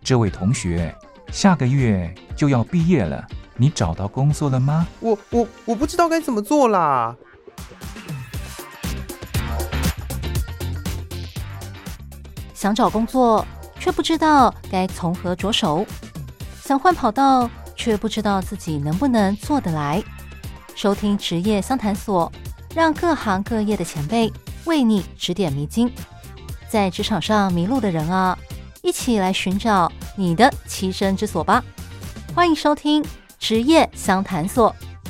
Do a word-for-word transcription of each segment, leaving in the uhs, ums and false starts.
这位同学，下个月就要毕业了，你找到工作了吗？ 我我我不知道该怎么做啦。 想找工作，却不知道该从何着手；想换跑道，却不知道自己能不能做得来。收听职业相谈所，让各行各业的前辈为你指点迷津。在职场上迷路的人啊，一起来寻找你的栖身之所吧。欢迎收听职业相谈所。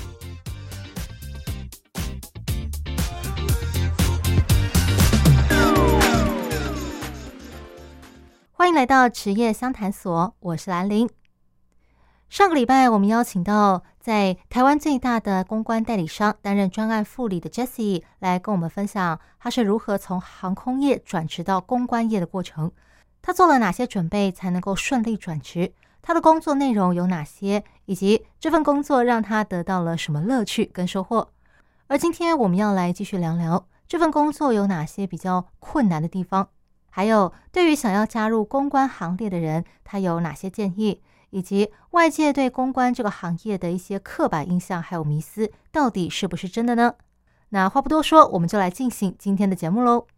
欢迎来到职业相谈所，我是兰玲。上个礼拜我们邀请到在台湾最大的公关代理商担任专案副理的 Jessie 来跟我们分享他是如何从航空业转职到公关业的过程，他做了哪些准备才能够顺利转职，他的工作内容有哪些，以及这份工作让他得到了什么乐趣跟收获。而今天我们要来继续聊聊这份工作有哪些比较困难的地方，还有对于想要加入公关行列的人，他有哪些建议，以及外界对公关这个行业的一些刻板印象还有迷思，到底是不是真的呢？那话不多说，我们就来进行今天的节目咯。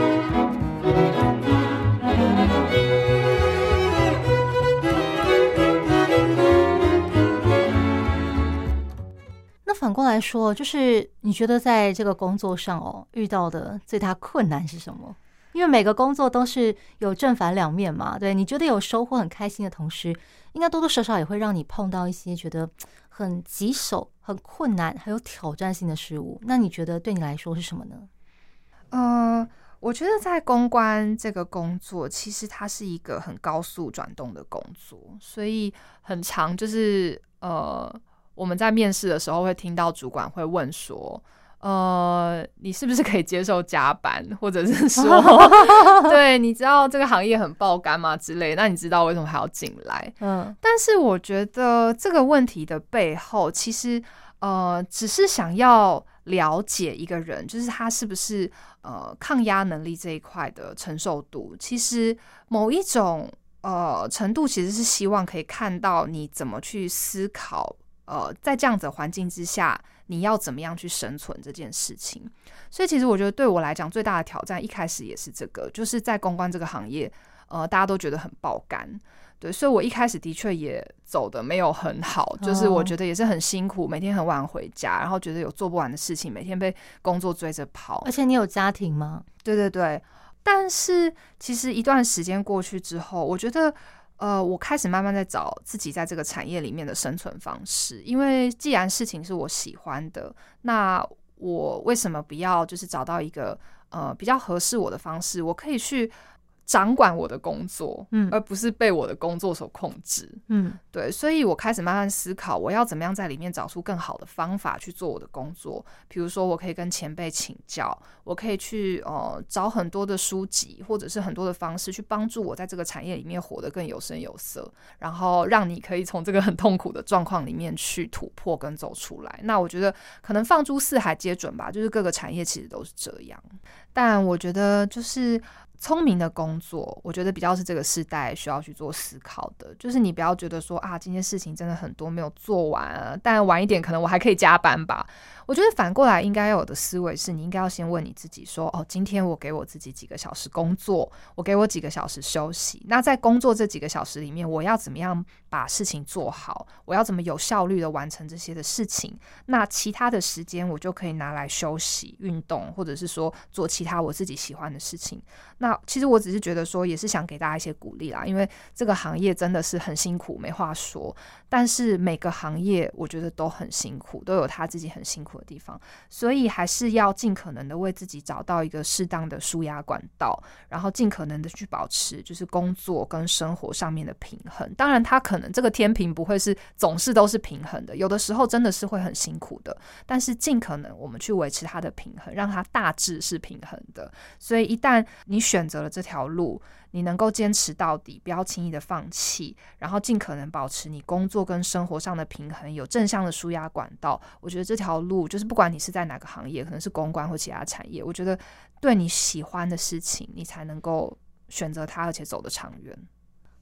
那反过来说，就是你觉得在这个工作上哦，遇到的最大困难是什么？因为每个工作都是有正反两面嘛，对，你觉得有收获很开心的同时，应该多多少少也会让你碰到一些觉得很棘手、很困难还有挑战性的事物。那你觉得对你来说是什么呢？ 呃，我觉得在公关这个工作，其实它是一个很高速转动的工作，所以很常就是呃，我们在面试的时候会听到主管会问说，呃，你是不是可以接受加班，或者是说，对，你知道这个行业很爆肝吗之类的，那你知道为什么还要进来？嗯，但是我觉得这个问题的背后，其实呃，只是想要了解一个人，就是他是不是呃抗压能力这一块的承受度，其实某一种呃程度，其实是希望可以看到你怎么去思考。呃，在这样子的环境之下，你要怎么样去生存这件事情？所以其实我觉得对我来讲最大的挑战，一开始也是这个，就是在公关这个行业，呃，大家都觉得很爆肝，对，所以我一开始的确也走得没有很好，就是我觉得也是很辛苦，每天很晚回家，然后觉得有做不完的事情，每天被工作追着跑。 而且你有家庭吗？ 对对对，但是其实一段时间过去之后，我觉得。呃，我开始慢慢在找自己在这个产业里面的生存方式，因为既然事情是我喜欢的，那我为什么不要就是找到一个呃比较合适我的方式，我可以去掌管我的工作，嗯，而不是被我的工作所控制，嗯，对，所以我开始慢慢思考，我要怎么样在里面找出更好的方法去做我的工作。比如说，我可以跟前辈请教，我可以去呃找很多的书籍，或者是很多的方式去帮助我在这个产业里面活得更有声有色，然后让你可以从这个很痛苦的状况里面去突破跟走出来。那我觉得可能放诸四海皆准吧，就是各个产业其实都是这样。但我觉得就是聪明的工作，我觉得比较是这个世代需要去做思考的，就是你不要觉得说啊，今天事情真的很多没有做完啊，但晚一点可能我还可以加班吧。我觉得反过来应该要有的思维是，你应该要先问你自己说，哦，今天我给我自己几个小时工作，我给我几个小时休息，那在工作这几个小时里面，我要怎么样把事情做好，我要怎么有效率的完成这些的事情，那其他的时间我就可以拿来休息、运动，或者是说做其他我自己喜欢的事情。那其实我只是觉得说，也是想给大家一些鼓励啦，因为这个行业真的是很辛苦，没话说。但是每个行业我觉得都很辛苦，都有他自己很辛苦的地方，所以还是要尽可能的为自己找到一个适当的抒压管道，然后尽可能的去保持就是工作跟生活上面的平衡。当然，他可能这个天平不会是总是都是平衡的，有的时候真的是会很辛苦的。但是尽可能我们去维持它的平衡，让它大致是平衡的。所以一旦你选择了这条路，你能够坚持到底，不要轻易的放弃，然后尽可能保持你工作跟生活上的平衡，有正向的抒压管道。我觉得这条路就是不管你是在哪个行业，可能是公关或其他产业，我觉得对你喜欢的事情，你才能够选择它，而且走得长远。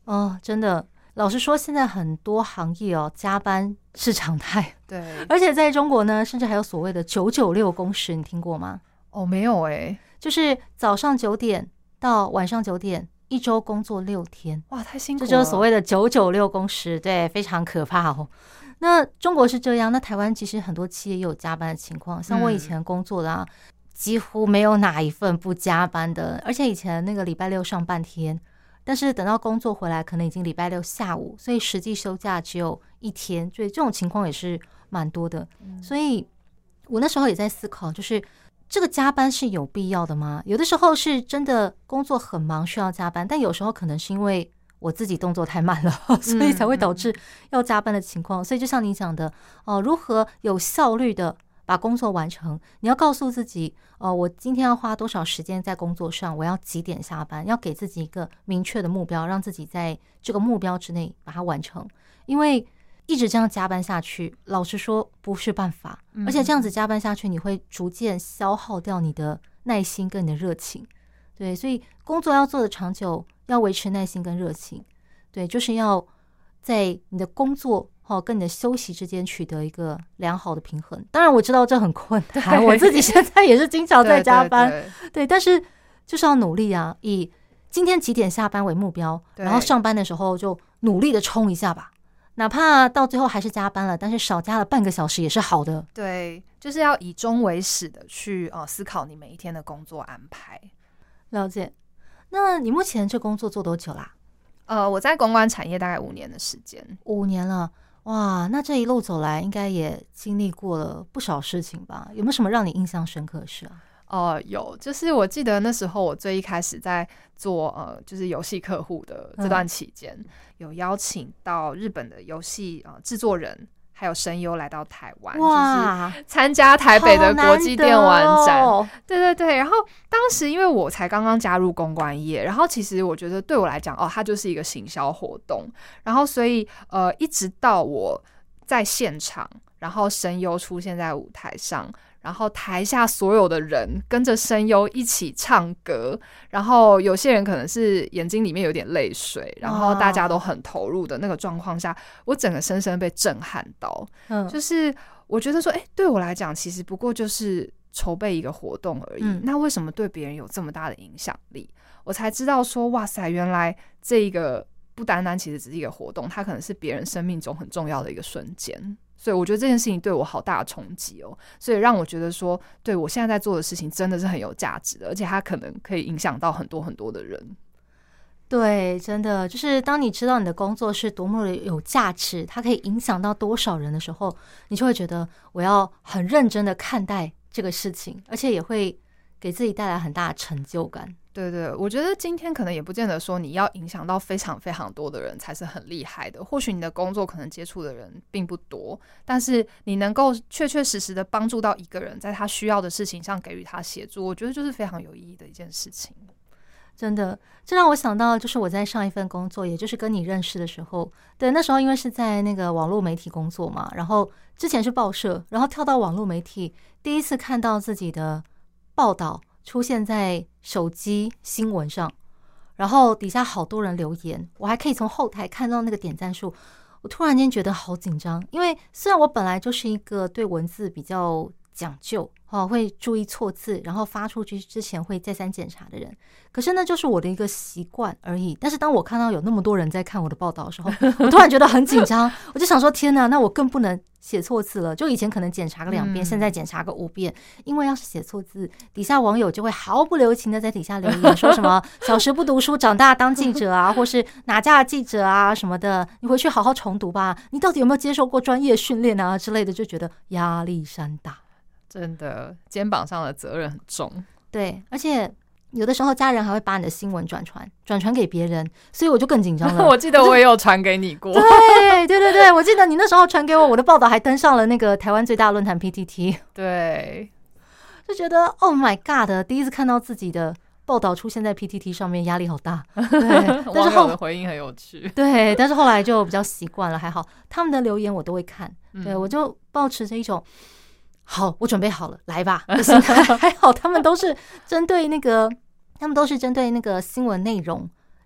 哦，真的，老实说，现在很多行业哦，加班是常态。 对， 而且在中国呢，甚至还有所谓的九九六工时，你听过吗？ 哦，没有哎、欸， 就是早上九点到晚上九点，一周工作六天。 哇，太辛苦了， 这就是所谓的九九六工时，对，非常可怕哦。那中国是这样，那台湾其实很多企业也有加班的情况，像我以前工作的啊，嗯、几乎没有哪一份不加班的，而且以前那个礼拜六上半天，但是等到工作回来，可能已经礼拜六下午，所以实际休假只有一天，所以这种情况也是蛮多的。嗯、所以我那时候也在思考，就是这个加班是有必要的吗？有的时候是真的工作很忙需要加班，但有时候可能是因为我自己动作太慢了，所以才会导致要加班的情况。所以就像你讲的，哦、呃，如何有效率的把工作完成？你要告诉自己，哦、呃，我今天要花多少时间在工作上，我要几点下班，要给自己一个明确的目标，让自己在这个目标之内把它完成。因为一直这样加班下去，老实说不是办法，而且这样子加班下去，你会逐渐消耗掉你的耐心跟你的热情。对，所以工作要做的长久，要维持耐心跟热情。对，就是要在你的工作跟你的休息之间取得一个良好的平衡。当然我知道这很困难，我自己现在也是经常在加班。对, 对, 对, 对，但是就是要努力啊，以今天几点下班为目标，然后上班的时候就努力的冲一下吧。哪怕到最后还是加班了，但是少加了半个小时也是好的。 对，就是要以终为始的去、呃、思考你每一天的工作安排。 了解。那你目前这工作做多久啦？ 呃，我在公关产业大概五年的时间。 五年了，哇！那这一路走来，应该也经历过了不少事情吧？有没有什么让你印象深刻的事啊？ 哦、呃，有，就是我记得那时候我最一开始在做呃，就是游戏客户的这段期间、嗯，有邀请到日本的游戏呃制作人还有声优来到台湾，哇，就是参加台北的国际电玩展、哦。对对对，然后当时因为我才刚刚加入公关业，然后其实我觉得对我来讲，哦，它就是一个行销活动，然后所以呃，一直到我在现场，然后声优出现在舞台上。然后台下所有的人跟着声优一起唱歌，然后有些人可能是眼睛里面有点泪水，然后大家都很投入的那个状况下，我整个深深被震撼到。嗯，就是我觉得说，哎，对我来讲，其实不过就是筹备一个活动而已，嗯、那为什么对别人有这么大的影响力？我才知道说，哇塞，原来这一个不单单其实只是一个活动，它可能是别人生命中很重要的一个瞬间。所以我觉得这件事情对我好大的冲击哦，所以让我觉得说，对我现在在做的事情真的是很有价值的，而且它可能可以影响到很多很多的人。 对，真的就是当你知道你的工作是多么的有价值，它可以影响到多少人的时候，你就会觉得我要很认真的看待这个事情，而且也会给自己带来很大的成就感。 对对，我觉得今天可能也不见得说你要影响到非常非常多的人才是很厉害的，或许你的工作可能接触的人并不多，但是你能够确确实实的帮助到一个人在他需要的事情上给予他协助，我觉得就是非常有意义的一件事情。 真的，这让我想到就是我在上一份工作，也就是跟你认识的时候，对，那时候因为是在那个网络媒体工作嘛，然后之前是报社，然后跳到网络媒体，第一次看到自己的报道出现在手机新闻上，然后底下好多人留言，我还可以从后台看到那个点赞数，我突然间觉得好紧张，因为虽然我本来就是一个对文字比较讲究、哦、会注意错字，然后发出去之前会再三检查的人，可是那就是我的一个习惯而已。但是当我看到有那么多人在看我的报道的时候，我突然觉得很紧张，我就想说天哪，那我更不能写错字了。就以前可能检查个两遍、嗯、现在检查个五遍，因为要是写错字，底下网友就会毫不留情的在底下留言说什么小时不读书长大当记者啊，或是哪家的记者啊什么的，你回去好好重读吧，你到底有没有接受过专业训练啊之类的，就觉得压力山大。 真的，肩膀上的责任很重。 对，而且有的时候家人还会把你的新闻转传转传给别人，所以我就更紧张了。 我记得我也有传给你过。 对对对对，我记得你那时候传给我，我的报道还登上了那个台湾最大论坛 P T T。 对， 就觉得 Oh my God， 第一次看到自己的报道出现在 P T T 上面，压力好大。对，但是网友的回应很有趣。 对，但是后来就比较习惯了，还好他们的留言我都会看。对，我就抱持着一种。好，我准备好了，来吧。还好他们都是针对那个，他们都是针对那个新闻内容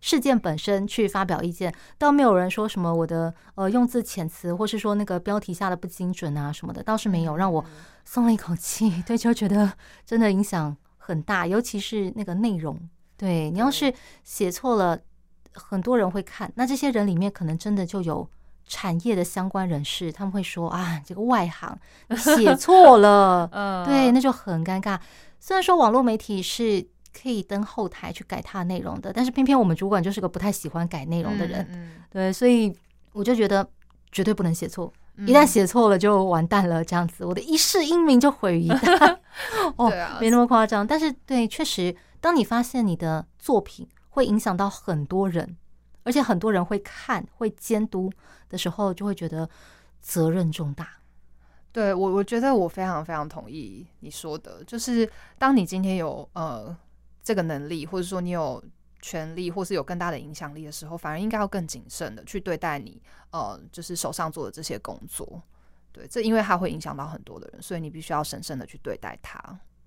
事件本身去发表意见，倒没有人说什么我的呃用字遣词，或是说那个标题下的不精准啊什么的，倒是没有，让我松了一口气。对，就觉得真的影响很大，尤其是那个内容。对，你要是写错了，很多人会看，那这些人里面可能真的就有产业的相关人士，他们会说啊，这个外行你写错了，对，那就很尴尬。虽然说网络媒体是可以登后台去改它的内容的，但是偏偏我们主管就是个不太喜欢改内容的人，嗯嗯对，所以我就觉得绝对不能写错，一旦写错了就完蛋了，这样子我的一世英名就毁于一旦。哦，啊、没那么夸张，但是对，确实，当你发现你的作品会影响到很多人，而且很多人会看、会监督的时候，就会觉得责任重大。 对，我我觉得我非常非常同意你说的，就是当你今天有呃这个能力，或者说你有权力，或是有更大的影响力的时候，反而应该要更谨慎的去对待你呃就是手上做的这些工作。对，这因为它会影响到很多的人，所以你必须要审慎的去对待它。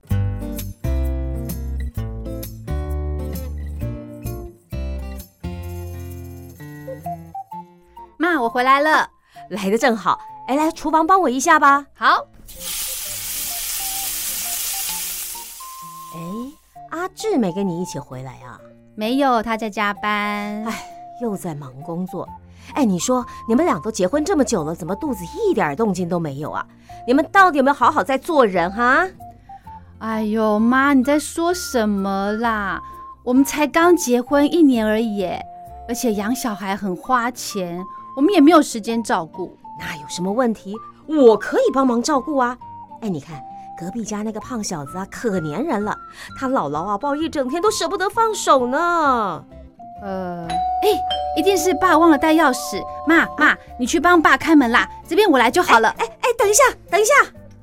妈，我回来了，来得正好。哎，来厨房帮我一下吧。 好。 哎，阿志没跟你一起回来啊？ 没有，他在加班。 哎，又在忙工作。哎，你说你们俩都结婚这么久了，怎么肚子一点动静都没有啊？你们到底有没有好好在做人哈？ 哎呦，妈，你在说什么啦？我们才刚结婚一年而已，而且养小孩很花钱，我们也没有时间照顾。 那有什么问题？我可以帮忙照顾啊！哎，你看隔壁家那个胖小子啊，可粘人了，他姥姥啊抱一整天都舍不得放手呢。 呃，哎，一定是爸忘了带钥匙。妈妈，你去帮爸开门啦，这边我来就好了。 哎哎，等一下，等一下。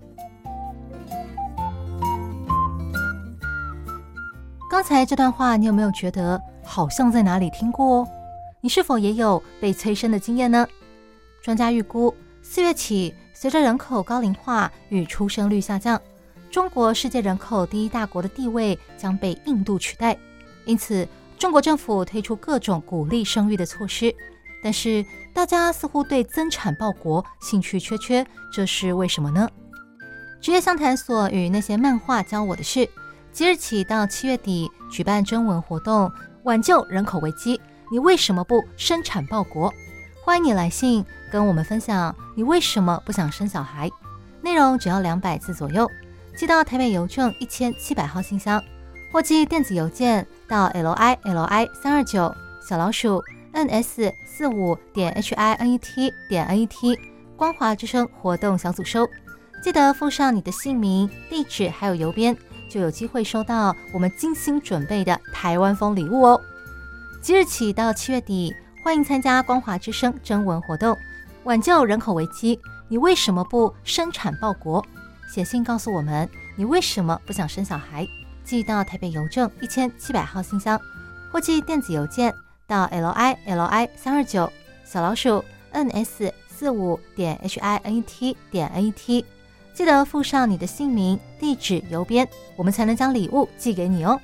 刚才这段话，你有没有觉得好像在哪里听过哦？你是否也有被催生的经验呢？专家预估，四月起，随着人口高龄化与出生率下降，中国世界人口第一大国的地位将被印度取代。因此，中国政府推出各种鼓励生育的措施，但是大家似乎对增产报国兴趣缺缺，这是为什么呢？职业相谈所与那些漫画教我的事，即日起到七月底举办征文活动，挽救人口危机，你为什么不生产报国？欢迎你来信跟我们分享你为什么不想生小孩，内容只要两百字左右，寄到台北邮政一千七百号信箱，或寄电子邮件到 l i l i 三二九小老鼠 n s 四五点 h i n e t 点 n e t 光华之声活动小组收，记得附上你的姓名、地址还有邮编，就有机会收到我们精心准备的台湾风礼物哦。即日起到七月底，欢迎参加光华之声征文活动，挽救人口危机，你为什么不生产报国？写信告诉我们你为什么不想生小孩，寄到台北邮政一千七百号信箱，或寄电子邮件到 l i l i 三二九小老鼠 n s 四五点 h i n e t 点 n e t， 记得附上你的姓名、地址、邮编，我们才能将礼物寄给你哦。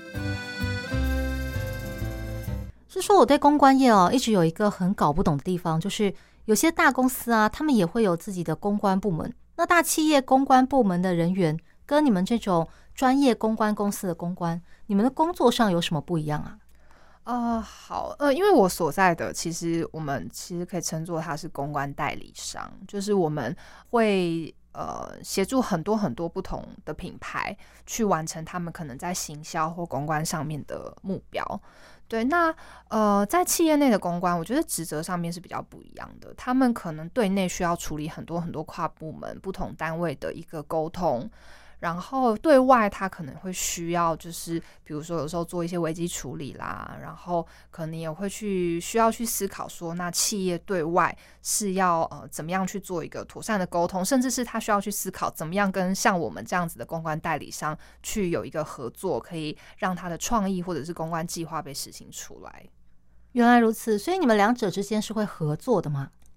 是说我对公关业哦，一直有一个很搞不懂的地方，就是有些大公司啊，他们也会有自己的公关部门。那大企业公关部门的人员跟你们这种专业公关公司的公关，你们的工作上有什么不一样啊？ 呃，好，呃，因为我所在的，其实我们其实可以称作它是公关代理商，就是我们会呃协助很多很多不同的品牌去完成他们可能在行销或公关上面的目标。对，那呃，在企业内的公关，我觉得职责上面是比较不一样的。他们可能对内需要处理很多很多跨部门、不同单位的一个沟通，然后对外他可能会需要，就是比如说有时候做一些危机处理啦，然后可能也会去需要去思考说，那企业对外是要呃怎么样去做一个妥善的沟通，甚至是他需要去思考怎么样跟像我们这样子的公关代理商去有一个合作，可以让他的创意或者是公关计划被实行出来。 原来如此，所以你们两者之间是会合作的吗？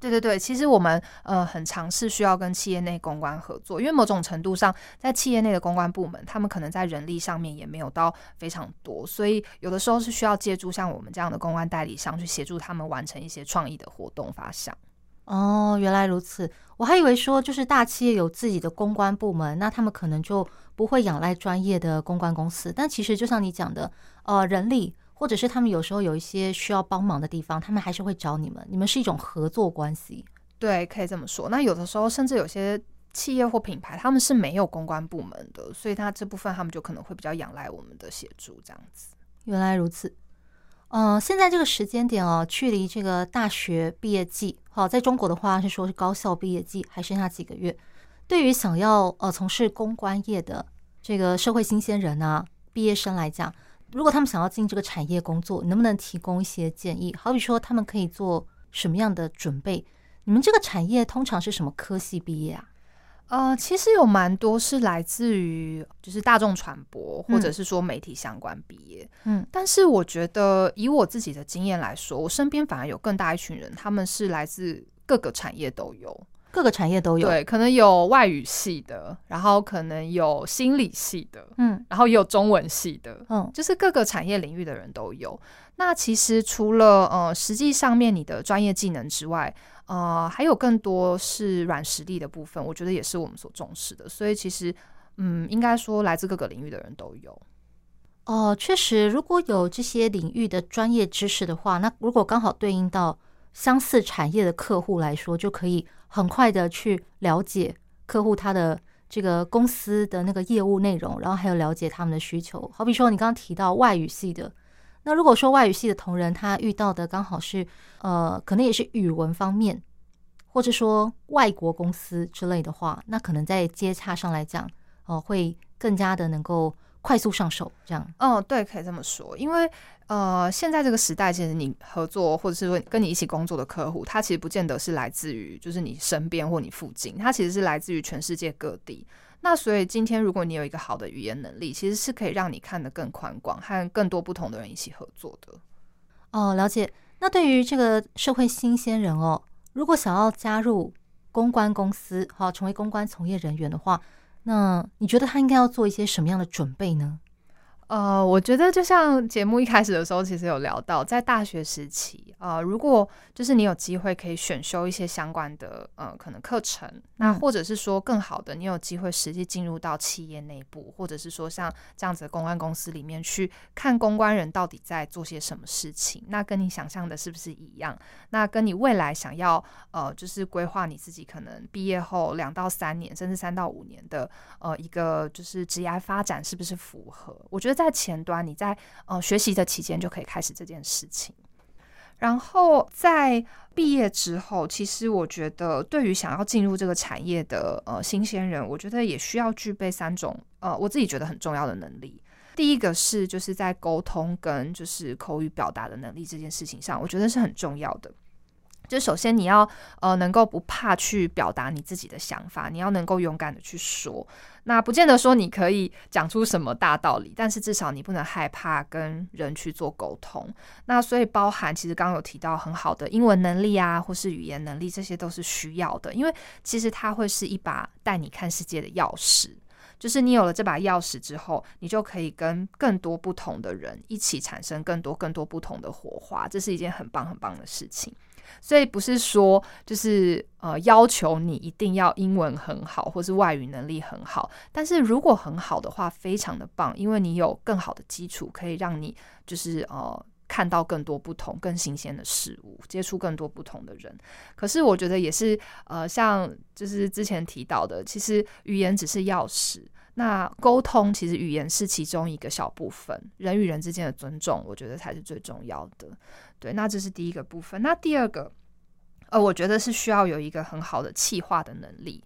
对对对，其实我们呃很尝试需要跟企业内公关合作，因为某种程度上，在企业内的公关部门，他们可能在人力上面也没有到非常多，所以有的时候是需要借助像我们这样的公关代理商去协助他们完成一些创意的活动发想。 哦，原来如此，我还以为说就是大企业有自己的公关部门，那他们可能就不会仰赖专业的公关公司，但其实就像你讲的，呃，人力。或者是他们有时候有一些需要帮忙的地方，他们还是会找你们，你们是一种合作关系。 对，可以这么说。那有的时候甚至有些企业或品牌他们是没有公关部门的，所以他这部分他们就可能会比较仰赖我们的协助这样子。 原来如此。呃，现在这个时间点哦，距离这个大学毕业季，好，在中国的话是说是高校毕业季，还剩下几个月。对于想要呃从事公关业的这个社会新鲜人啊，毕业生来讲，如果他们想要进这个产业工作，你能不能提供一些建议？好比说他们可以做什么样的准备？你们这个产业通常是什么科系毕业啊？ 呃，其实有蛮多是来自于就是大众传播或者是说媒体相关毕业，嗯，但是我觉得以我自己的经验来说，我身边反而有更大一群人，他们是来自各个产业都有。 各个产业都有， 对，可能有外语系的，然后可能有心理系的，嗯，然后也有中文系的，嗯，就是各个产业领域的人都有。那其实除了呃实际上面你的专业技能之外，呃，还有更多是软实力的部分，我觉得也是我们所重视的。所以其实，嗯，应该说来自各个领域的人都有。 哦，确实，如果有这些领域的专业知识的话，那如果刚好对应到相似产业的客户来说，就可以很快的去了解客户他的这个公司的那个业务内容，然后还有了解他们的需求。好比说你刚刚提到外语系的，那如果说外语系的同仁他遇到的刚好是呃，可能也是语文方面，或者说外国公司之类的话，那可能在接洽上来讲，呃，会更加的能够快速上手，这样。 哦，对，可以这么说，因为呃，现在这个时代，其实你合作或者是说跟你一起工作的客户，他其实不见得是来自于就是你身边或你附近，他其实是来自于全世界各地。那所以今天如果你有一个好的语言能力，其实是可以让你看得更宽广，和更多不同的人一起合作的。 哦，了解。那对于这个社会新鲜人哦，如果想要加入公关公司，好，成为公关从业人员的话，那你觉得他应该要做一些什么样的准备呢？ 呃，我觉得就像节目一开始的时候，其实有聊到，在大学时期，呃，如果就是你有机会可以选修一些相关的呃可能课程，那或者是说更好的，你有机会实际进入到企业内部，或者是说像这样子的公关公司里面去看公关人到底在做些什么事情，那跟你想象的是不是一样？那跟你未来想要呃就是规划你自己可能毕业后两到三年，甚至三到五年的呃一个就是职业发展是不是符合？我觉得在前端，你在呃学习的期间就可以开始这件事情。然后在毕业之后，其实我觉得对于想要进入这个产业的呃新鲜人，我觉得也需要具备三种呃我自己觉得很重要的能力。第一个是就是在沟通跟就是口语表达的能力这件事情上，我觉得是很重要的。就首先你要呃能够不怕去表达你自己的想法，你要能够勇敢的去说。那不见得说你可以讲出什么大道理，但是至少你不能害怕跟人去做沟通。那所以包含其实刚刚有提到很好的英文能力啊，或是语言能力，这些都是需要的，因为其实它会是一把带你看世界的钥匙。就是你有了这把钥匙之后，你就可以跟更多不同的人一起产生更多更多不同的火花，这是一件很棒很棒的事情。所以不是说就是呃要求你一定要英文很好或是外语能力很好，但是如果很好的话非常的棒，因为你有更好的基础可以让你就是呃看到更多不同更新鲜的事物，接触更多不同的人。可是我觉得也是呃像就是之前提到的，其实语言只是钥匙，那沟通其实语言是其中一个小部分，人与人之间的尊重我觉得才是最重要的。对，那这是第一个部分。那第二个呃，我觉得是需要有一个很好的企划的能力，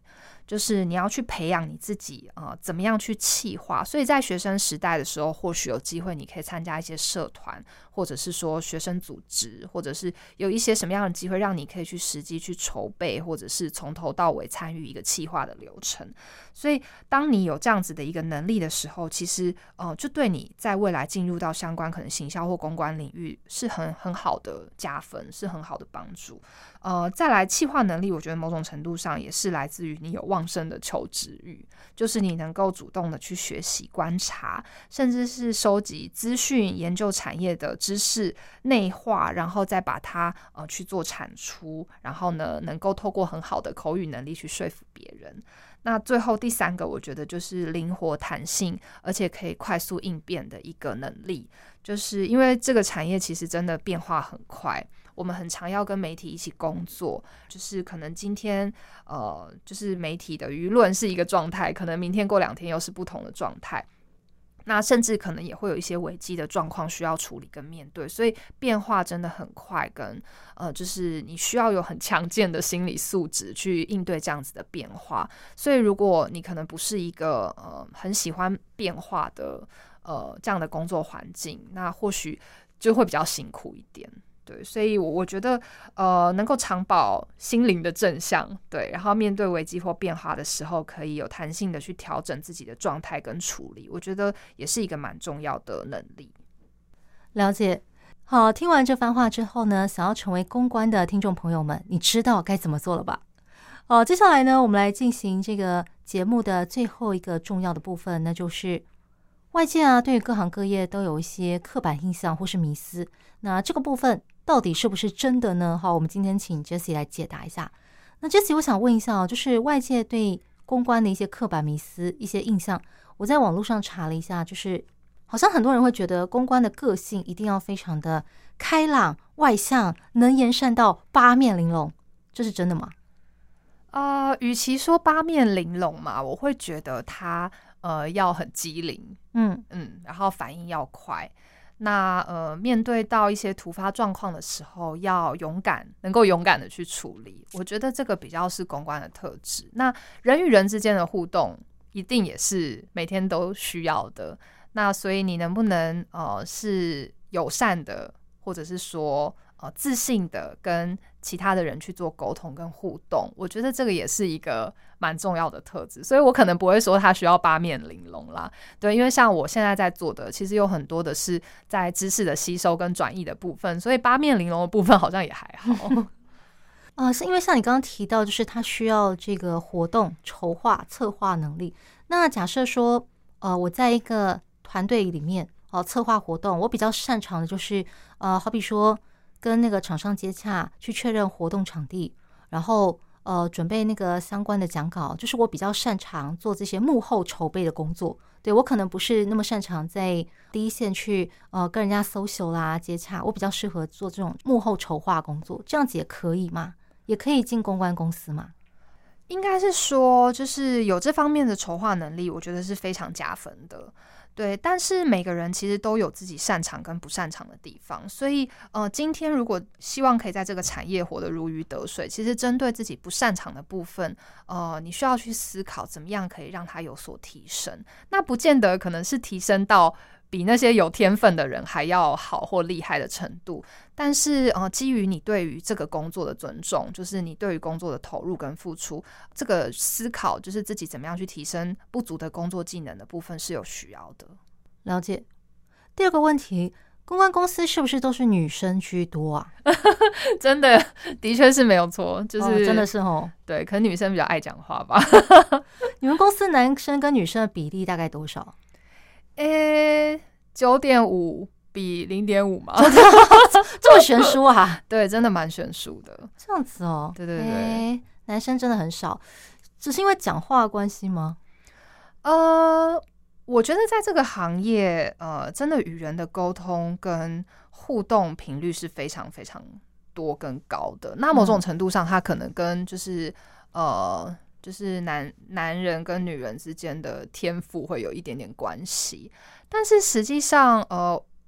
就是你要去培养你自己呃怎么样去企划。所以在学生时代的时候，或许有机会你可以参加一些社团，或者是说学生组织，或者是有一些什么样的机会让你可以去实际去筹备，或者是从头到尾参与一个企划的流程。所以当你有这样子的一个能力的时候，其实呃就对你在未来进入到相关可能行销或公关领域是很很好的加分，是很好的帮助。呃，再来企划能力，我觉得某种程度上也是来自于你有旺盛的求知欲，就是你能够主动的去学习、观察，甚至是收集资讯、研究产业的知识、内化，然后再把它呃去做产出，然后呢，能够透过很好的口语能力去说服别人。那最后第三个，我觉得就是灵活弹性，而且可以快速应变的一个能力。就是因为这个产业其实真的变化很快，我们很常要跟媒体一起工作，就是可能今天呃，就是媒体的舆论是一个状态，可能明天过两天又是不同的状态。那甚至可能也会有一些危机的状况需要处理跟面对，所以变化真的很快，跟呃，就是你需要有很强健的心理素质去应对这样子的变化。所以如果你可能不是一个呃很喜欢变化的呃这样的工作环境，那或许就会比较辛苦一点。对，所以我我觉得呃能够常保心灵的正向，对，然后面对危机或变化的时候可以有弹性的去调整自己的状态跟处理，我觉得也是一个蛮重要的能力。 了解。好，听完这番话之后呢，想要成为公关的听众朋友们，你知道该怎么做了吧？哦，接下来呢，我们来进行这个节目的最后一个重要的部分，那就是外界啊对于各行各业都有一些刻板印象或是迷思，那这个部分到底是不是真的呢？好，我们今天请 Jessie 来解答一下。那 Jessie， 我想问一下哦，就是外界对公关的一些刻板迷思、一些印象，我在网络上查了一下，就是好像很多人会觉得公关的个性一定要非常的开朗、外向、能言善道、八面玲珑，这是真的吗？ 呃，与其说八面玲珑嘛，我会觉得他呃要很机灵， 嗯嗯，然后反应要快。那呃，面对到一些突发状况的时候，要勇敢，能够勇敢的去处理。我觉得这个比较是公关的特质。那人与人之间的互动，一定也是每天都需要的。那所以你能不能呃是友善的，或者是说呃自信的跟其他的人去做沟通跟互动，我觉得这个也是一个蛮重要的特质。所以我可能不会说他需要八面玲珑啦，对，因为像我现在在做的，其实有很多的是在知识的吸收跟转译的部分，所以八面玲珑的部分好像也还好。 呃，是因为像你刚刚提到，就是他需要这个活动筹划、策划能力。那假设说，呃，我在一个团队里面，哦、呃，策划活动，我比较擅长的就是，呃，好比说跟那个厂商接洽，去确认活动场地，然后呃准备那个相关的讲稿，就是我比较擅长做这些幕后筹备的工作。对，我可能不是那么擅长在第一线去呃跟人家 social 啦接洽，我比较适合做这种幕后筹划工作，这样子也可以吗？也可以进公关公司吗？ 应该是说，就是有这方面的筹划能力，我觉得是非常加分的。对，但是每个人其实都有自己擅长跟不擅长的地方，所以呃，今天如果希望可以在这个产业活得如鱼得水，其实针对自己不擅长的部分，呃，你需要去思考怎么样可以让它有所提升。那不见得可能是提升到比那些有天分的人还要好或厉害的程度，但是呃，基于你对于这个工作的尊重，就是你对于工作的投入跟付出，这个思考就是自己怎么样去提升不足的工作技能的部分是有需要的。 了解。第二个问题，公关公司是不是都是女生居多啊？ 真的，的确是没有错，就是、 哦、真的是哦。 对，可能女生比较爱讲话吧。 你们公司男生跟女生的比例大概多少？ 诶，九点五比零点五嘛， 这么悬殊啊？ 对，真的蛮悬殊的。 这样子哦， 对对对， 欸、男生真的很少，只是因为讲话的关系吗？ 呃，我觉得在这个行业，呃，真的与人的沟通跟互动频率是非常非常多跟高的。那某种程度上，它可能跟就是呃。就是男男人跟女人之间的天赋会有一点点关系，但是实际上，呃，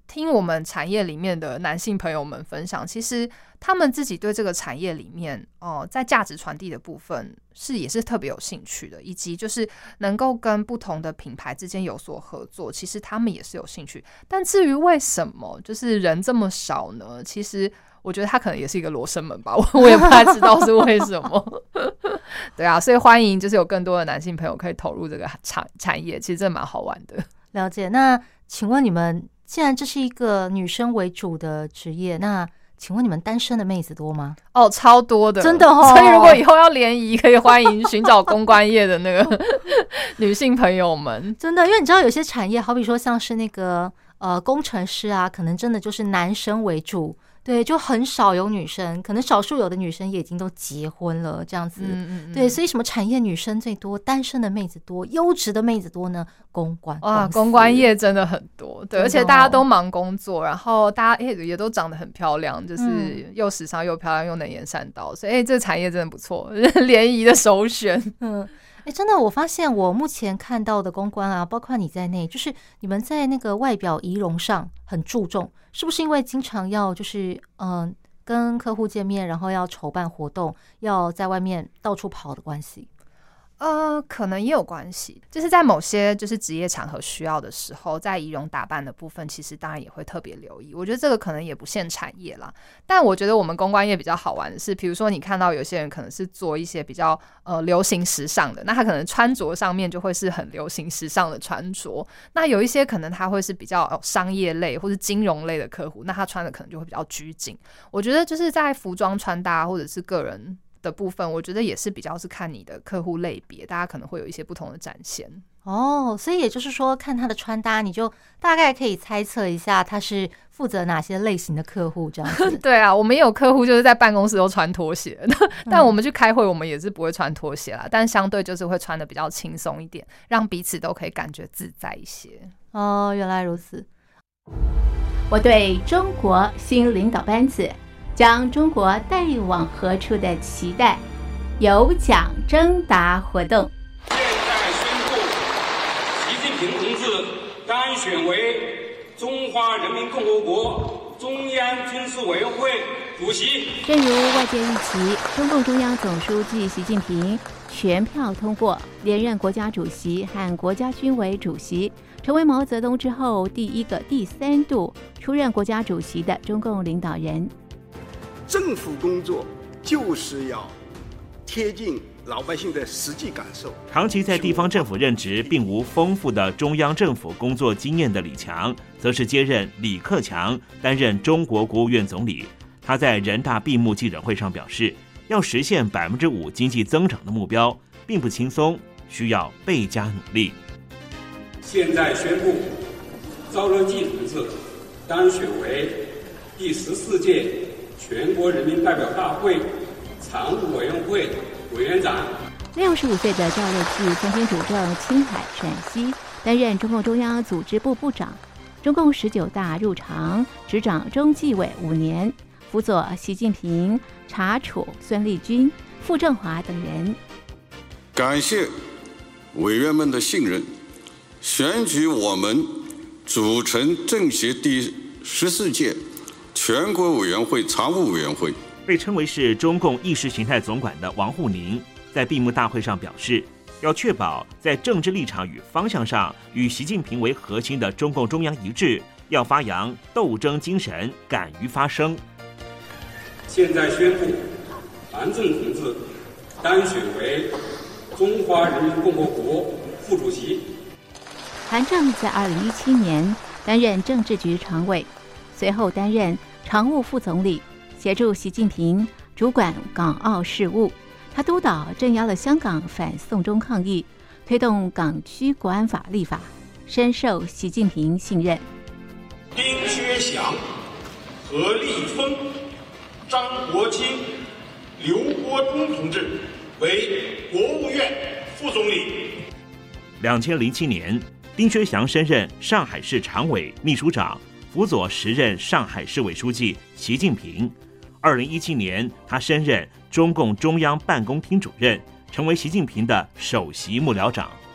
听我们产业里面的男性朋友们分享，其实他们自己对这个产业里面哦、呃，在价值传递的部分是也是特别有兴趣的，以及就是能够跟不同的品牌之间有所合作，其实他们也是有兴趣。但至于为什么就是人这么少呢？其实我觉得他可能也是一个罗生门吧，我也不太知道是为什么。对啊，所以欢迎就是有更多的男性朋友可以投入这个产产业，其实真的蛮好玩的。 了解。那请问你们，既然这是一个女生为主的职业，那请问你们单身的妹子多吗？ 哦，超多的， 真的哦。 所以如果以后要联谊，可以欢迎寻找公关业的那个女性朋友们。 真的，因为你知道有些产业，好比说像是那个呃工程师啊，可能真的就是男生为主。对，就很少有女生，可能少数有的女生也已经都结婚了这样子。嗯嗯嗯对，所以什么产业女生最多，单身的妹子多，优质的妹子多呢？公关哇，公关业真的很多，对，而且大家都忙工作，然后大家、欸、也都长得很漂亮，就是又时尚又漂亮又能言善道，所以、欸、这个产业真的不错，联谊的首选。 嗯。哎，真的，我发现我目前看到的公关啊，包括你在内，就是你们在那个外表仪容上很注重，是不是因为经常要就是嗯、呃、跟客户见面，然后要筹办活动，要在外面到处跑的关系？ 呃，可能也有关系，就是在某些就是职业场合需要的时候，在仪容打扮的部分，其实当然也会特别留意。我觉得这个可能也不限产业啦，但我觉得我们公关业比较好玩的是，比如说你看到有些人可能是做一些比较呃流行时尚的，那他可能穿着上面就会是很流行时尚的穿着。那有一些可能他会是比较商业类或是金融类的客户，那他穿的可能就会比较拘谨。我觉得就是在服装穿搭或者是个人的部分，我觉得也是比较是看你的客户类别，大家可能会有一些不同的展现。 哦，所以也就是说，看他的穿搭，你就大概可以猜测一下他是负责哪些类型的客户这样子。 对啊，我们也有客户就是在办公室都穿拖鞋，但我们去开会，我们也是不会穿拖鞋啦，嗯、但相对就是会穿的比较轻松一点，让彼此都可以感觉自在一些。 哦，原来如此。 我对中国新领导班子将中国带往何处的期待，有奖征答活动。 现在宣布，习近平同志当选为中华人民共和国中央军事委员会主席。 正如外界预期，中共中央总书记习近平全票通过连任国家主席和国家军委主席，成为毛泽东之后第一个第三度出任国家主席的中共领导人。 政府工作就是要贴近老百姓的实际感受。 长期在地方政府任职并无丰富的中央政府工作经验的李强，则是接任李克强担任中国国务院总理。他在人大闭幕记者会上表示，要实现百分之五经济增长的目标并不轻松，需要倍加努力。 现在宣布，赵乐际同志当选为第十四届全国人民代表大会常务委员会委员长。 六十五岁的赵乐际曾经主政青海、陕西，担任中共中央组织部部长。中共十九大入常，执掌中纪委五年，辅佐习近平、查处孙立军、傅政华等人。 感谢委员们的信任，选举我们组成政协第十四届全国委员会常务委员会。 被称为是中共意识形态总管的王沪宁在闭幕大会上表示，要确保在政治立场与方向上与习近平为核心的中共中央一致，要发扬斗争精神，敢于发声。 现在宣布，韩正同志当选为中华人民共和国副主席。 韩正在二零一七年担任政治局常委，随后担任常务副总理，协助习近平主管港澳事务。他督导镇压了香港反送中抗议，推动港区国安法立法，深受习近平信任。 丁薛祥、何立峰、张国清、刘国中同志为国务院副总理。 两千零七年，丁薛祥升任上海市常委秘书长，辅佐时任上海市委书记习近平。二零一七年，他升任中共中央办公厅主任，成为习近平的首席幕僚长。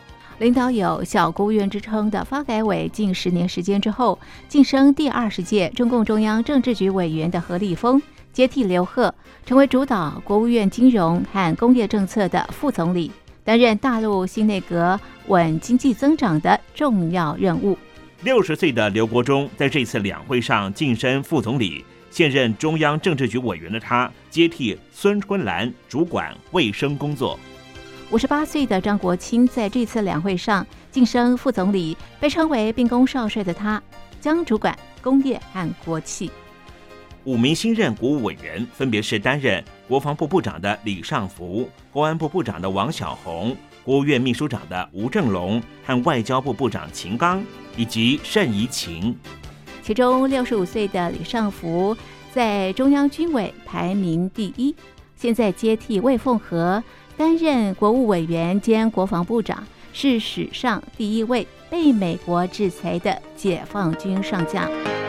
领导有小国务院之称的发改委，近十年时间之后，晋升第二十届中共中央政治局委员的何立峰接替刘鹤，成为主导国务院金融和工业政策的副总理，担任大陆新内阁稳经济增长的重要任务。 六十岁的刘国中在这次两会上晋升副总理，现任中央政治局委员的他接替孙春兰主管卫生工作。 五十八岁的张国清在这次两会上晋升副总理，被称为兵工少帅的他将主管工业和国企。 五名新任国务委员分别是担任国防部部长的李尚福、公安部部长的王小洪、国务院秘书长的吴正龙和外交部部长秦刚以及盛怡晴。 其中六十五岁的李尚福在中央军委排名第一，现在接替魏凤和担任国务委员兼国防部长，是史上第一位被美国制裁的解放军上将。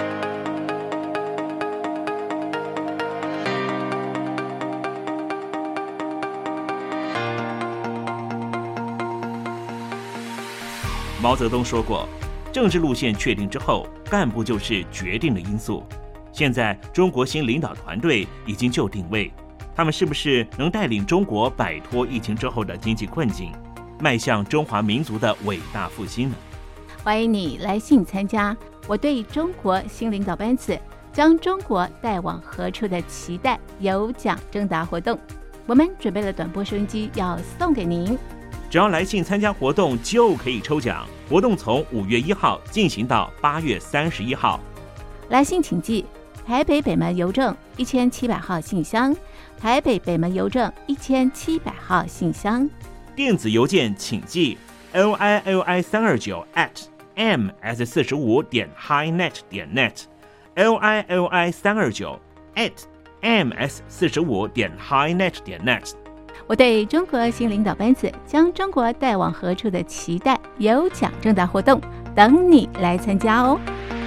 毛泽东说过，政治路线确定之后，干部就是决定的因素。现在中国新领导团队已经就定位，他们是不是能带领中国摆脱疫情之后的经济困境，迈向中华民族的伟大复兴呢？ 欢迎你来信参加我对中国新领导班子将中国带往何处的期待有奖征答活动，我们准备了短波收音机要送给您。 只要来信参加活动就可以抽奖，活动从五月一号进行到八月三十一号。 来信请寄台北北门邮政一千七百号信箱，台北北门邮政一千七百号信箱。 电子邮件请寄 l i l i 三二九 at m s 四十五点 highnet 点 net l i l i 三二九 at m s 四十五点 highnet 点 net。 我对中国新领导班子将中国带往何处的期待有奖征答活动，等你来参加哦。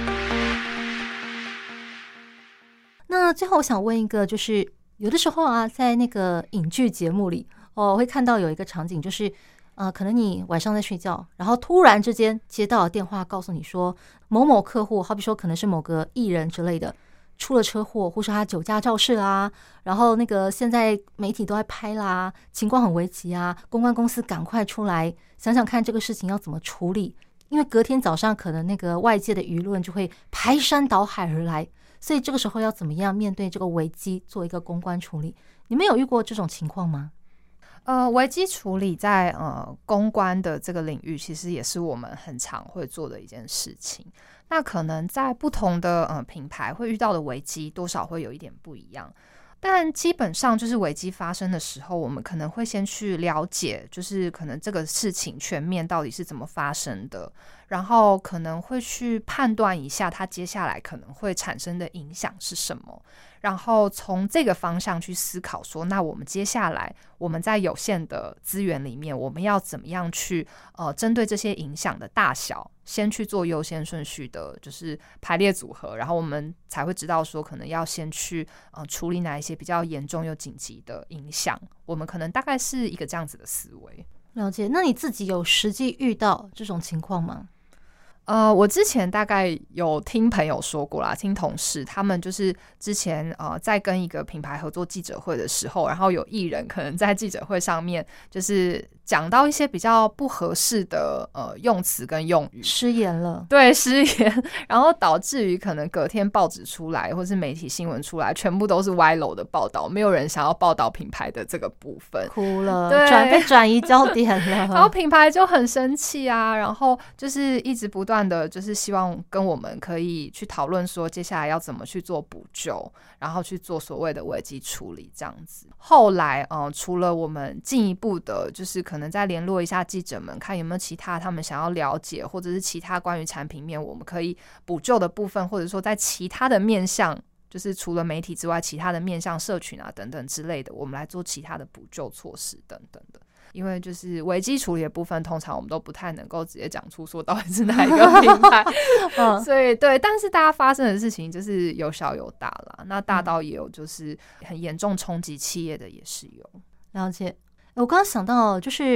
那最后我想问一个，就是有的时候啊，在那个影剧节目里，哦，我会看到有一个场景，就是呃，可能你晚上在睡觉，然后突然之间接到了电话，告诉你说某某客户，好比说可能是某个艺人之类的，出了车祸，或是他酒驾肇事啦，然后那个现在媒体都在拍啦，情况很危急啊，公关公司赶快出来想想看这个事情要怎么处理，因为隔天早上可能那个外界的舆论就会排山倒海而来，所以这个时候要怎么样面对这个危机，做一个公关处理？你们有遇过这种情况吗？ 呃，危机处理在呃公关的这个领域，其实也是我们很常会做的一件事情。那可能在不同的呃品牌会遇到的危机，多少会有一点不一样。但基本上就是危机发生的时候，我们可能会先去了解，就是可能这个事情全面到底是怎么发生的，然后可能会去判断一下它接下来可能会产生的影响是什么，然后从这个方向去思考说，那我们接下来我们在有限的资源里面，我们要怎么样去呃针对这些影响的大小，先去做优先顺序的，就是排列组合，然后我们才会知道说，可能要先去呃处理哪一些比较严重又紧急的影响。我们可能大概是一个这样子的思维。 了解。那你自己有实际遇到这种情况吗？ 呃，我之前大概有听朋友说过啦，听同事他们就是之前呃在跟一个品牌合作记者会的时候，然后有艺人可能在记者会上面就是讲到一些比较不合适的呃用词跟用语， 失言了， 对，失言，然后导致于可能隔天报纸出来或是媒体新闻出来，全部都是歪楼的报道，没有人想要报道品牌的这个部分， 哭了， 对， 转被转移焦点了， 然后品牌就很生气啊，然后就是一直不断的就是希望跟我们可以去讨论说接下来要怎么去做补救，然后去做所谓的危机处理这样子。后来呃，除了我们进一步的就是可能再联络一下记者们，看有没有其他他们想要了解，或者是其他关于产品面我们可以补救的部分，或者说在其他的面向，就是除了媒体之外其他的面向社群啊等等之类的，我们来做其他的补救措施等等的。因为就是危机处理的部分，通常我们都不太能够直接讲出说到底是哪一个品牌，嗯、所以对，但是大家发生的事情就是有小有大啦，那大到也有就是很严重冲击企业的也是有。 了解。我刚刚想到就是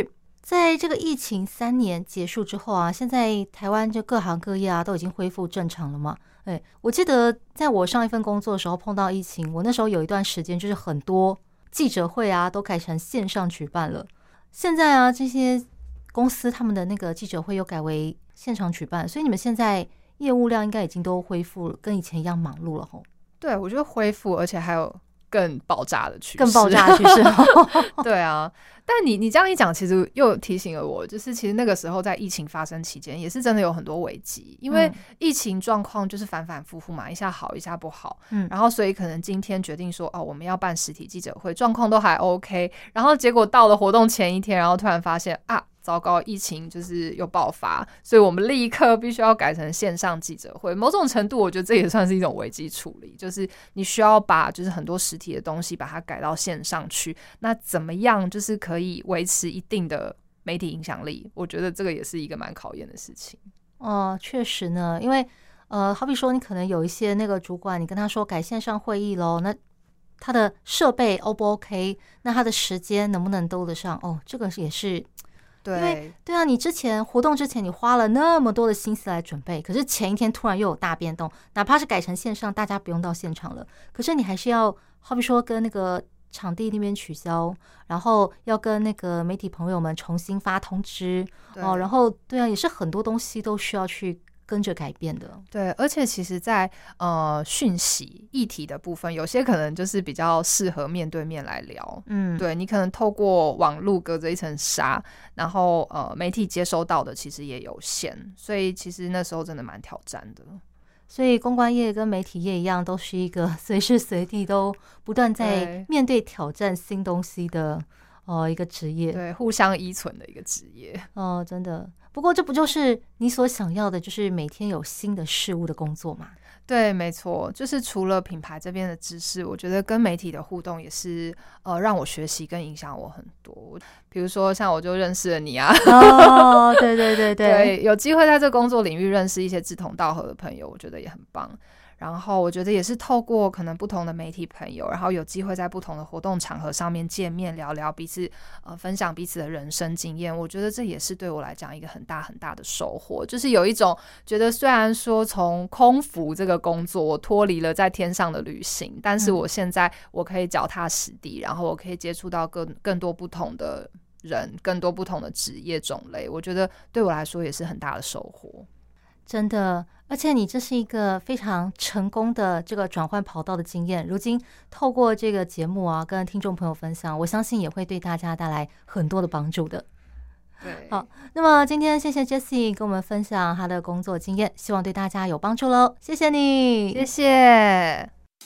在这个疫情三年结束之后啊，现在台湾就各行各业啊都已经恢复正常了嘛。哎，我记得在我上一份工作的时候碰到疫情，我那时候有一段时间就是很多记者会啊都改成线上举办了。现在啊，这些公司他们的那个记者会又改为现场举办，所以你们现在业务量应该已经都恢复了，跟以前一样忙碌了吼。 对，我觉得恢复，而且还有更爆炸的趋势， 更爆炸的趋势。 对啊，但你你这样一讲，其实又提醒了我，就是其实那个时候在疫情发生期间，也是真的有很多危机，因为疫情状况就是反反复复嘛，一下好一下不好，嗯，然后所以可能今天决定说哦，我们要办实体记者会，状况都还 OK， 然后结果到了活动前一天，然后突然发现啊。糟糕，疫情就是又爆发，所以我们立刻必须要改成线上记者会。某种程度，我觉得这也算是一种危机处理，就是你需要把就是很多实体的东西把它改到线上去。那怎么样就是可以维持一定的媒体影响力？我觉得这个也是一个蛮考验的事情。 哦，确实呢，因为呃，好比说你可能有一些那个主管，你跟他说改线上会议咯，那他的设备 O 不 OK？ 那他的时间能不能兜得上？哦，这个也是。 对， 因为对啊，你之前活动之前你花了那么多的心思来准备，可是前一天突然又有大变动，哪怕是改成线上，大家不用到现场了，可是你还是要好比说跟那个场地那边取消，然后要跟那个媒体朋友们重新发通知哦，然后对啊，也是很多东西都需要去跟着改变的。 对，而且其实在呃讯息议题的部分，有些可能就是比较适合面对面来聊。嗯，对，你可能透过网路隔着一层纱，然后呃媒体接收到的其实也有限，所以其实那时候真的蛮挑战的。 所以公关业跟媒体业一样，都是一个随时随地都不断在面对挑战新东西的呃一个职业， 对，互相依存的一个职业。 哦，真的。不过这不就是你所想要的，就是每天有新的事物的工作吗？ 对，没错，就是除了品牌这边的知识，我觉得跟媒体的互动也是呃让我学习跟影响我很多。比如说像我就认识了你啊， 哦，对对对 对, 对，有机会在这工作领域认识一些志同道合的朋友，我觉得也很棒。然后我觉得也是透过可能不同的媒体朋友，然后有机会在不同的活动场合上面见面聊聊彼此，呃，分享彼此的人生经验。我觉得这也是对我来讲一个很大很大的收获，就是有一种觉得虽然说从空服这个工作我脱离了在天上的旅行，但是我现在我可以脚踏实地，然后我可以接触到更更多不同的人，更多不同的职业种类，我觉得对我来说也是很大的收获。 真的，而且你这是一个非常成功的这个转换跑道的经验，如今透过这个节目啊，跟听众朋友分享，我相信也会对大家带来很多的帮助的。 对， 好，那么今天谢谢 Jessie 跟我们分享她的工作经验，希望对大家有帮助喽，谢谢你， 谢谢。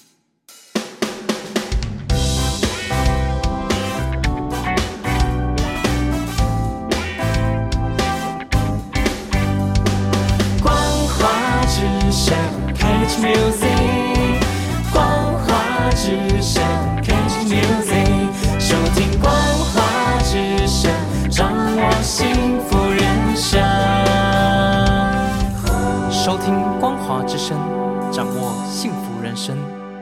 Catch music， 光华之声 Catch music， 收听光华之声，掌握幸福人生。 收听光华之声，掌握幸福人生。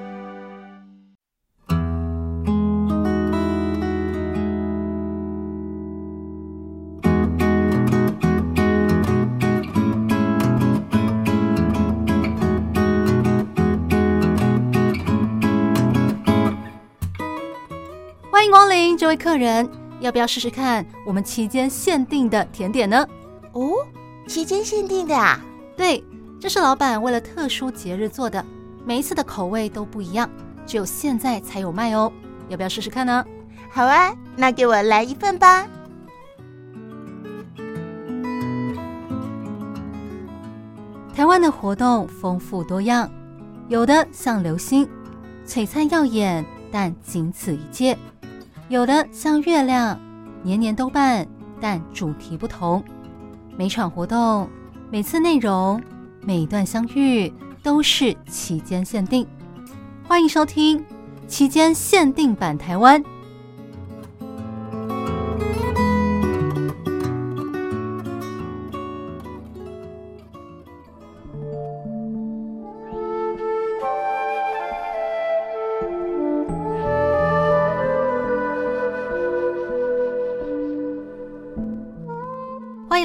欢迎光临，这位客人，要不要试试看我们期间限定的甜点呢？ 哦，期间限定的啊？ 对，这是老板为了特殊节日做的，每一次的口味都不一样，只有现在才有卖哦。要不要试试看呢？ 好啊，那给我来一份吧。 台湾的活动丰富多样，有的像流星，璀璨耀眼，但仅此一届；有的像月亮，年年都办，但主题不同。每场活动、每次内容、每一段相遇都是期间限定。欢迎收听期间限定版台湾。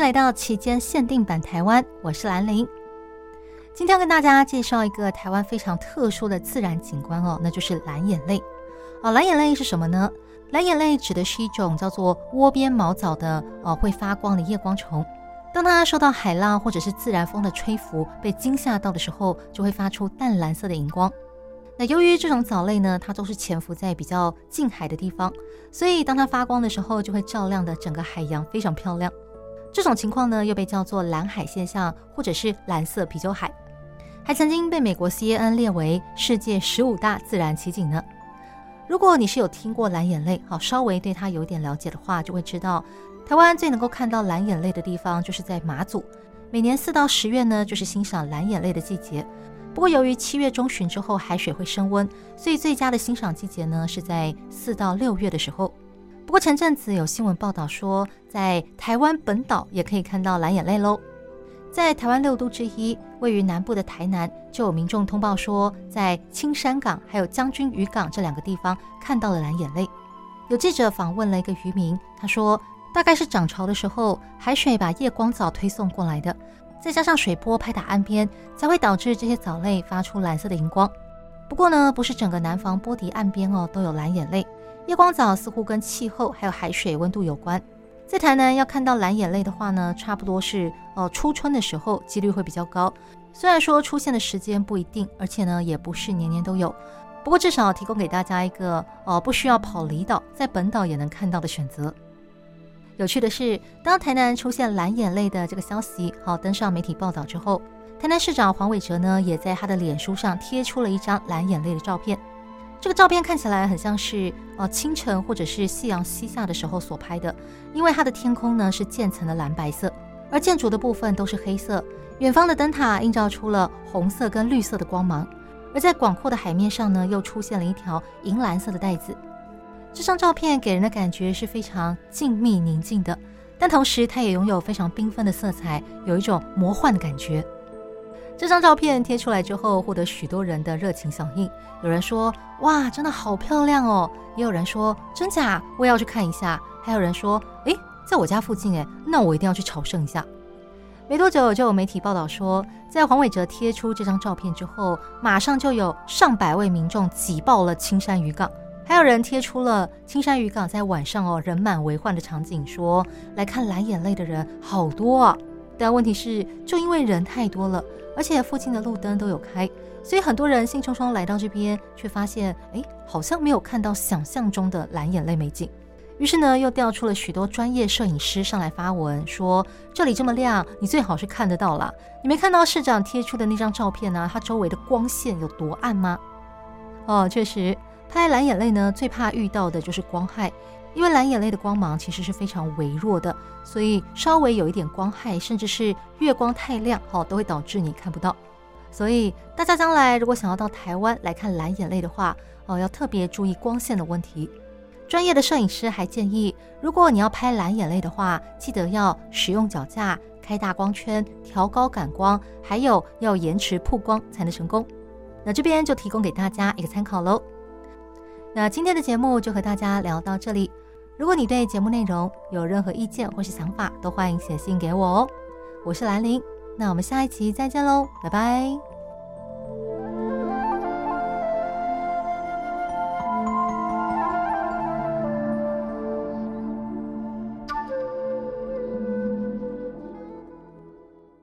来到期间限定版台湾，我是兰玲。今天要跟大家介绍一个台湾非常特殊的自然景观哦，那就是蓝眼泪。啊，蓝眼泪是什么呢？蓝眼泪指的是一种叫做窝边毛藻的呃会发光的夜光虫。当它受到海浪或者是自然风的吹拂，被惊吓到的时候，就会发出淡蓝色的荧光。那由于这种藻类呢，它都是潜伏在比较近海的地方，所以当它发光的时候，就会照亮的整个海洋，非常漂亮。这种情况呢，又被叫做蓝海现象，或者是蓝色啤酒海，还曾经被美国 C N N 列为世界十五大自然奇景呢。如果你是有听过蓝眼泪，好，稍微对它有点了解的话，就会知道台湾最能够看到蓝眼泪的地方就是在马祖，每年四到十月呢，就是欣赏蓝眼泪的季节。不过由于七月中旬之后海水会升温，所以最佳的欣赏季节呢是在四到六月的时候。不过前阵子有新闻报道说，在台湾本岛也可以看到蓝眼泪咯。在台湾六都之一，位于南部的台南，就有民众通报说，在青山港还有将军渔港这两个地方看到了蓝眼泪。有记者访问了一个渔民，他说大概是涨潮的时候，海水把夜光藻推送过来的，再加上水波拍打岸边，才会导致这些藻类发出蓝色的荧光。不过呢，不是整个南防波迪岸边哦都有蓝眼泪，夜光藻似乎跟气候还有海水温度有关。在台南要看到蓝眼泪的话呢，差不多是呃初春的时候，几率会比较高。虽然说出现的时间不一定，而且呢也不是年年都有，不过至少提供给大家一个呃不需要跑离岛，在本岛也能看到的选择。有趣的是，当台南出现蓝眼泪的这个消息好登上媒体报道之后，台南市长黄伟哲呢也在他的脸书上贴出了一张蓝眼泪的照片。这个照片看起来很像是呃清晨或者是夕阳西下的时候所拍的，因为它的天空呢是渐层的蓝白色，而建筑的部分都是黑色，远方的灯塔映照出了红色跟绿色的光芒，而在广阔的海面上呢又出现了一条银蓝色的带子。这张照片给人的感觉是非常静谧宁静的，但同时它也拥有非常缤纷的色彩，有一种魔幻的感觉。这张照片贴出来之后，获得许多人的热情响应。有人说哇真的好漂亮哦，也有人说真假我也要去看一下，还有人说诶在我家附近诶，那我一定要去朝圣一下。没多久就有媒体报道说，在黄伟哲贴出这张照片之后，马上就有上百位民众挤爆了青山渔港，还有人贴出了青山渔港在晚上哦人满为患的场景，说来看蓝眼泪的人好多啊。但问题是，就因为人太多了，而且附近的路灯都有开，所以很多人兴冲冲来到这边，却发现诶好像没有看到想象中的蓝眼泪美景。于是呢，又调出了许多专业摄影师上来发文，说这里这么亮，你最好是看得到啦。你没看到市长贴出的那张照片呢，它周围的光线有多暗吗？哦，确实，拍蓝眼泪呢，最怕遇到的就是光害。因为蓝眼泪的光芒其实是非常微弱的，所以稍微有一点光害，甚至是月光太亮，哦，都会导致你看不到。所以大家将来如果想要到台湾来看蓝眼泪的话，哦，要特别注意光线的问题。专业的摄影师还建议，如果你要拍蓝眼泪的话，记得要使用脚架、开大光圈、调高感光，还有要延迟曝光才能成功。那这边就提供给大家一个参考咯。那今天的节目就和大家聊到这里。如果你对节目内容有任何意见或是想法，都欢迎写信给我哦。我是兰玲，那我们下一期再见喽，拜拜。